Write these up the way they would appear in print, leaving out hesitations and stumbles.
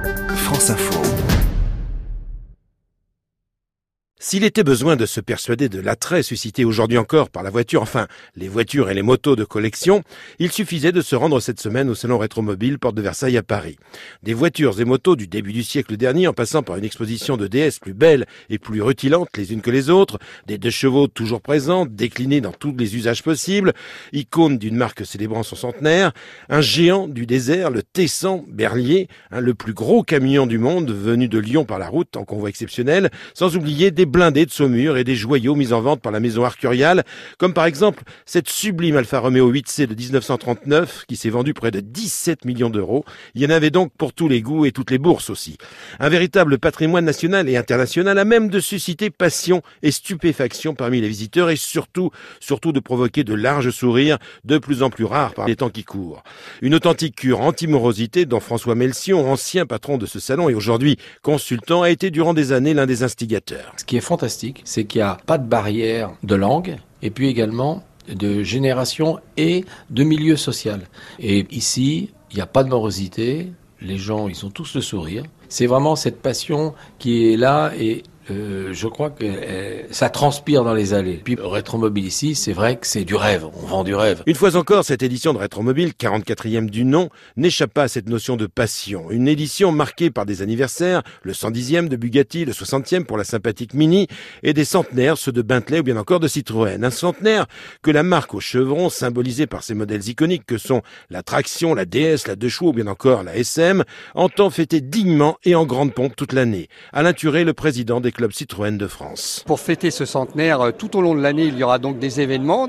France Info. S'il était besoin de se persuader de l'attrait suscité aujourd'hui encore par la voiture, enfin les voitures et les motos de collection, il suffisait de se rendre cette semaine au salon Rétromobile Porte de Versailles à Paris. Des voitures et motos du début du siècle dernier en passant par une exposition de DS plus belles et plus rutilantes les unes que les autres, des 2 chevaux toujours présents, déclinés dans tous les usages possibles, icône d'une marque célébrant son centenaire, un géant du désert, le T100 Berlier, le plus gros camion du monde venu de Lyon par la route en convoi exceptionnel, sans oublier des blindés de Saumur et des joyaux mis en vente par la maison Arcurial, comme par exemple cette sublime Alfa Romeo 8C de 1939 qui s'est vendue près de 17 millions d'euros. Il y en avait donc pour tous les goûts et toutes les bourses aussi. Un véritable patrimoine national et international à même de susciter passion et stupéfaction parmi les visiteurs et surtout de provoquer de larges sourires de plus en plus rares par les temps qui courent. Une authentique cure anti-morosité dont François Melcion, ancien patron de ce salon et aujourd'hui consultant, a été durant des années l'un des instigateurs. Ce qui est fantastique, c'est qu'il n'y a pas de barrière de langue et puis également de génération et de milieu social. Et ici, il n'y a pas de morosité, les gens, ils ont tous le sourire. C'est vraiment cette passion qui est là et je crois que ça transpire dans les allées. Puis Rétromobile ici, c'est vrai que c'est du rêve, on vend du rêve. Une fois encore, cette édition de Rétromobile, 44e du nom, n'échappe pas à cette notion de passion. Une édition marquée par des anniversaires, le 110e de Bugatti, le 60e pour la sympathique Mini, et des centenaires, ceux de Bentley ou bien encore de Citroën. Un centenaire que la marque au chevron, symbolisée par ses modèles iconiques que sont la Traction, la DS, la 2 chevaux ou bien encore la SM, entend fêter dignement et en grande pompe toute l'année. Alain Turé, le président des clubs Citroën de France. Pour fêter ce centenaire, tout au long de l'année, il y aura donc des événements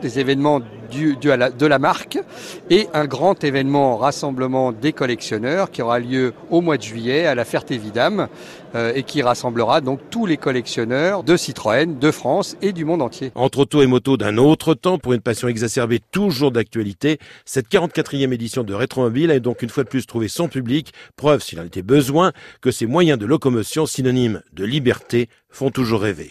de la marque et un grand événement rassemblement des collectionneurs qui aura lieu au mois de juillet à la Ferté-Vidame et qui rassemblera donc tous les collectionneurs de Citroën, de France et du monde entier. Entre auto et moto d'un autre temps, pour une passion exacerbée toujours d'actualité, cette 44e édition de Rétromobile a donc une fois de plus trouvé son public, preuve s'il en était besoin que ces moyens de locomotion synonymes de liberté font toujours rêver.